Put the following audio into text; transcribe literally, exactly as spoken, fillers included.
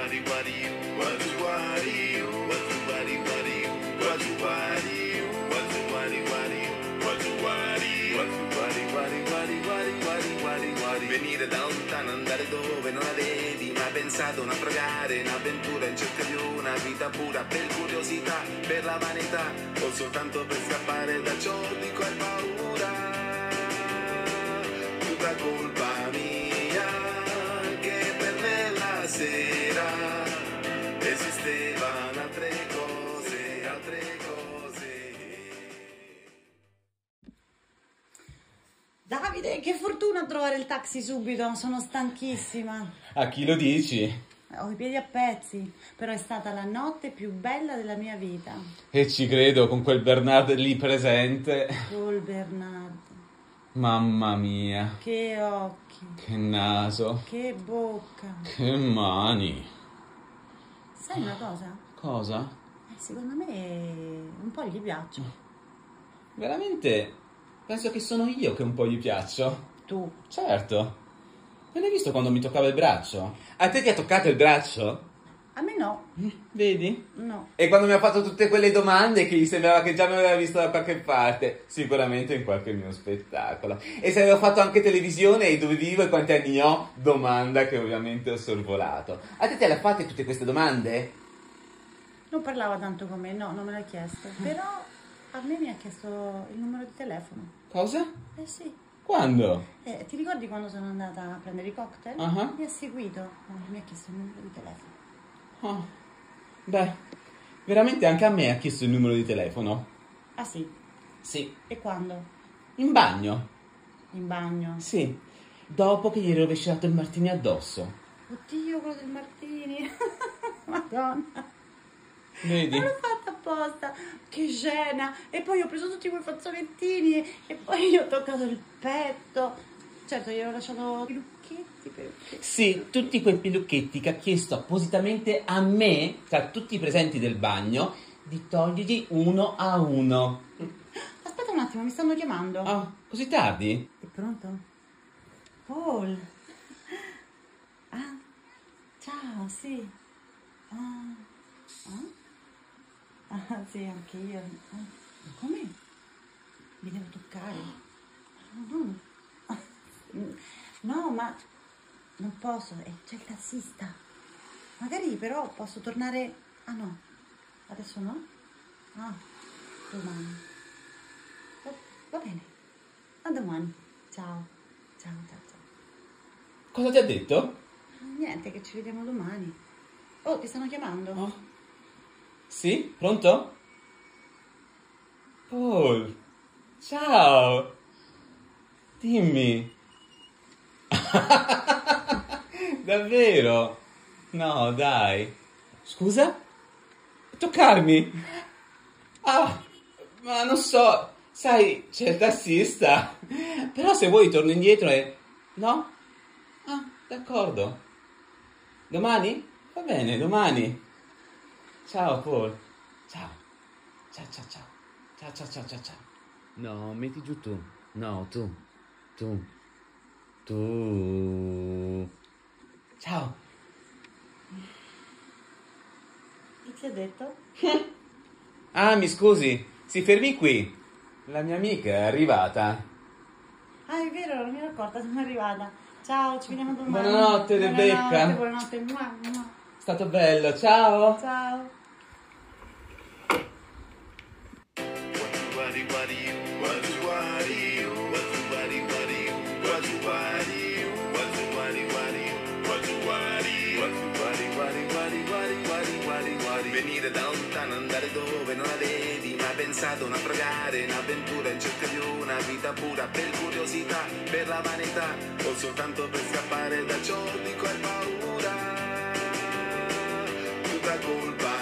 wadi wadi wadi wadi wadi wadi wadi wadi wadi wadi wadi wadi wadi wadi wadi wadi wadi wadi wadi wadi. Venire da lontano, andare dove non avevi mai pensato, naufragare in avventura in cerca di una vita pura, per curiosità, per la vanità, o soltanto per scappare da ciò di cui hai paura. Tutta colpa mia che per me la sera esistevano altre cose, altre cose. Davide, che fortuna trovare il taxi subito, sono stanchissima. A chi lo dici? Ho i piedi a pezzi, però è stata la notte più bella della mia vita. E ci credo, con quel Bernard lì presente. Col Bernardo. Mamma mia. Che occhi. Che naso. Che bocca. Che mani. Sai una cosa? Cosa? Eh, secondo me un po' gli piaccio. Veramente? Penso che sono io che un po' gli piaccio. Tu? Certo. Non hai visto quando mi toccava il braccio? A te ti ha toccato il braccio? A me no. Vedi? No. E quando mi ha fatto tutte quelle domande che gli sembrava che già mi aveva visto da qualche parte, sicuramente in qualche mio spettacolo. E se avevo fatto anche televisione e dove vivo e quanti anni ho, domanda che ovviamente ho sorvolato. A te te le ha fatte tutte queste domande? Non parlava tanto con me, no, non me l'ha chiesto. Però a me mi ha chiesto il numero di telefono. Cosa? Eh sì. Quando? Eh, ti ricordi quando sono andata a prendere i cocktail? Uh-huh. Mi ha seguito, oh, mi ha chiesto il numero di telefono. Oh. Beh, veramente anche a me ha chiesto il numero di telefono. Ah sì? Sì. E quando? In bagno. In bagno? Sì. Dopo che gli ero rovesciato il martini addosso. Oddio, quello del Martini. Madonna. Vedi? Non l'ho fatta apposta. Che scena. E poi ho preso tutti quei fazzolettini e, e poi gli ho toccato il petto. Certo, gli ho lasciato i lucchetti per... Sì, tutti quei pelucchetti che ha chiesto appositamente a me, tra tutti i presenti del bagno, di togliergli uno a uno. Aspetta un attimo, mi stanno chiamando. Ah, così tardi? È pronto? Paul. Ah, ciao, sì. Ah, ah? Ah, sì, anche io. Ah, come? Mi devo toccare? No, no, ma non posso, eh, c'è il tassista. Magari però posso tornare... Ah no, adesso no? Ah, domani. Va, va bene, a domani. Ciao, ciao, ciao, ciao. Cosa ti ha detto? Niente, che ci vediamo domani. Oh, ti stanno chiamando? Oh. Sì? Pronto? Paul, ciao. Dimmi. Davvero? No, dai. Scusa? Toccarmi? Ah, ma non so. Sai, c'è il tassista. Però se vuoi torno indietro e... No? Ah, d'accordo. Domani? Va bene, domani. Ciao, Paul. Ciao. Ciao, ciao, ciao. Ciao, ciao, ciao, ciao, ciao. No, metti giù tu. No, tu. Tu. Tu. Ciao. Che ti ha detto? Ah, mi scusi. Si fermi qui. La mia amica è arrivata. Ah, è vero, non mi ero accorta, sono arrivata. Ciao, ci vediamo domani. Buonanotte, Rebecca. Buonanotte, buonanotte. Mua, mua. È stato bello, ciao. Ciao. Venire da lontano, andare dove non avevi mai pensato, naufragare in avventura in cerca di una vita pura, per curiosità, per la vanità, o soltanto per scappare da ciò di cui hai paura. Tutta colpa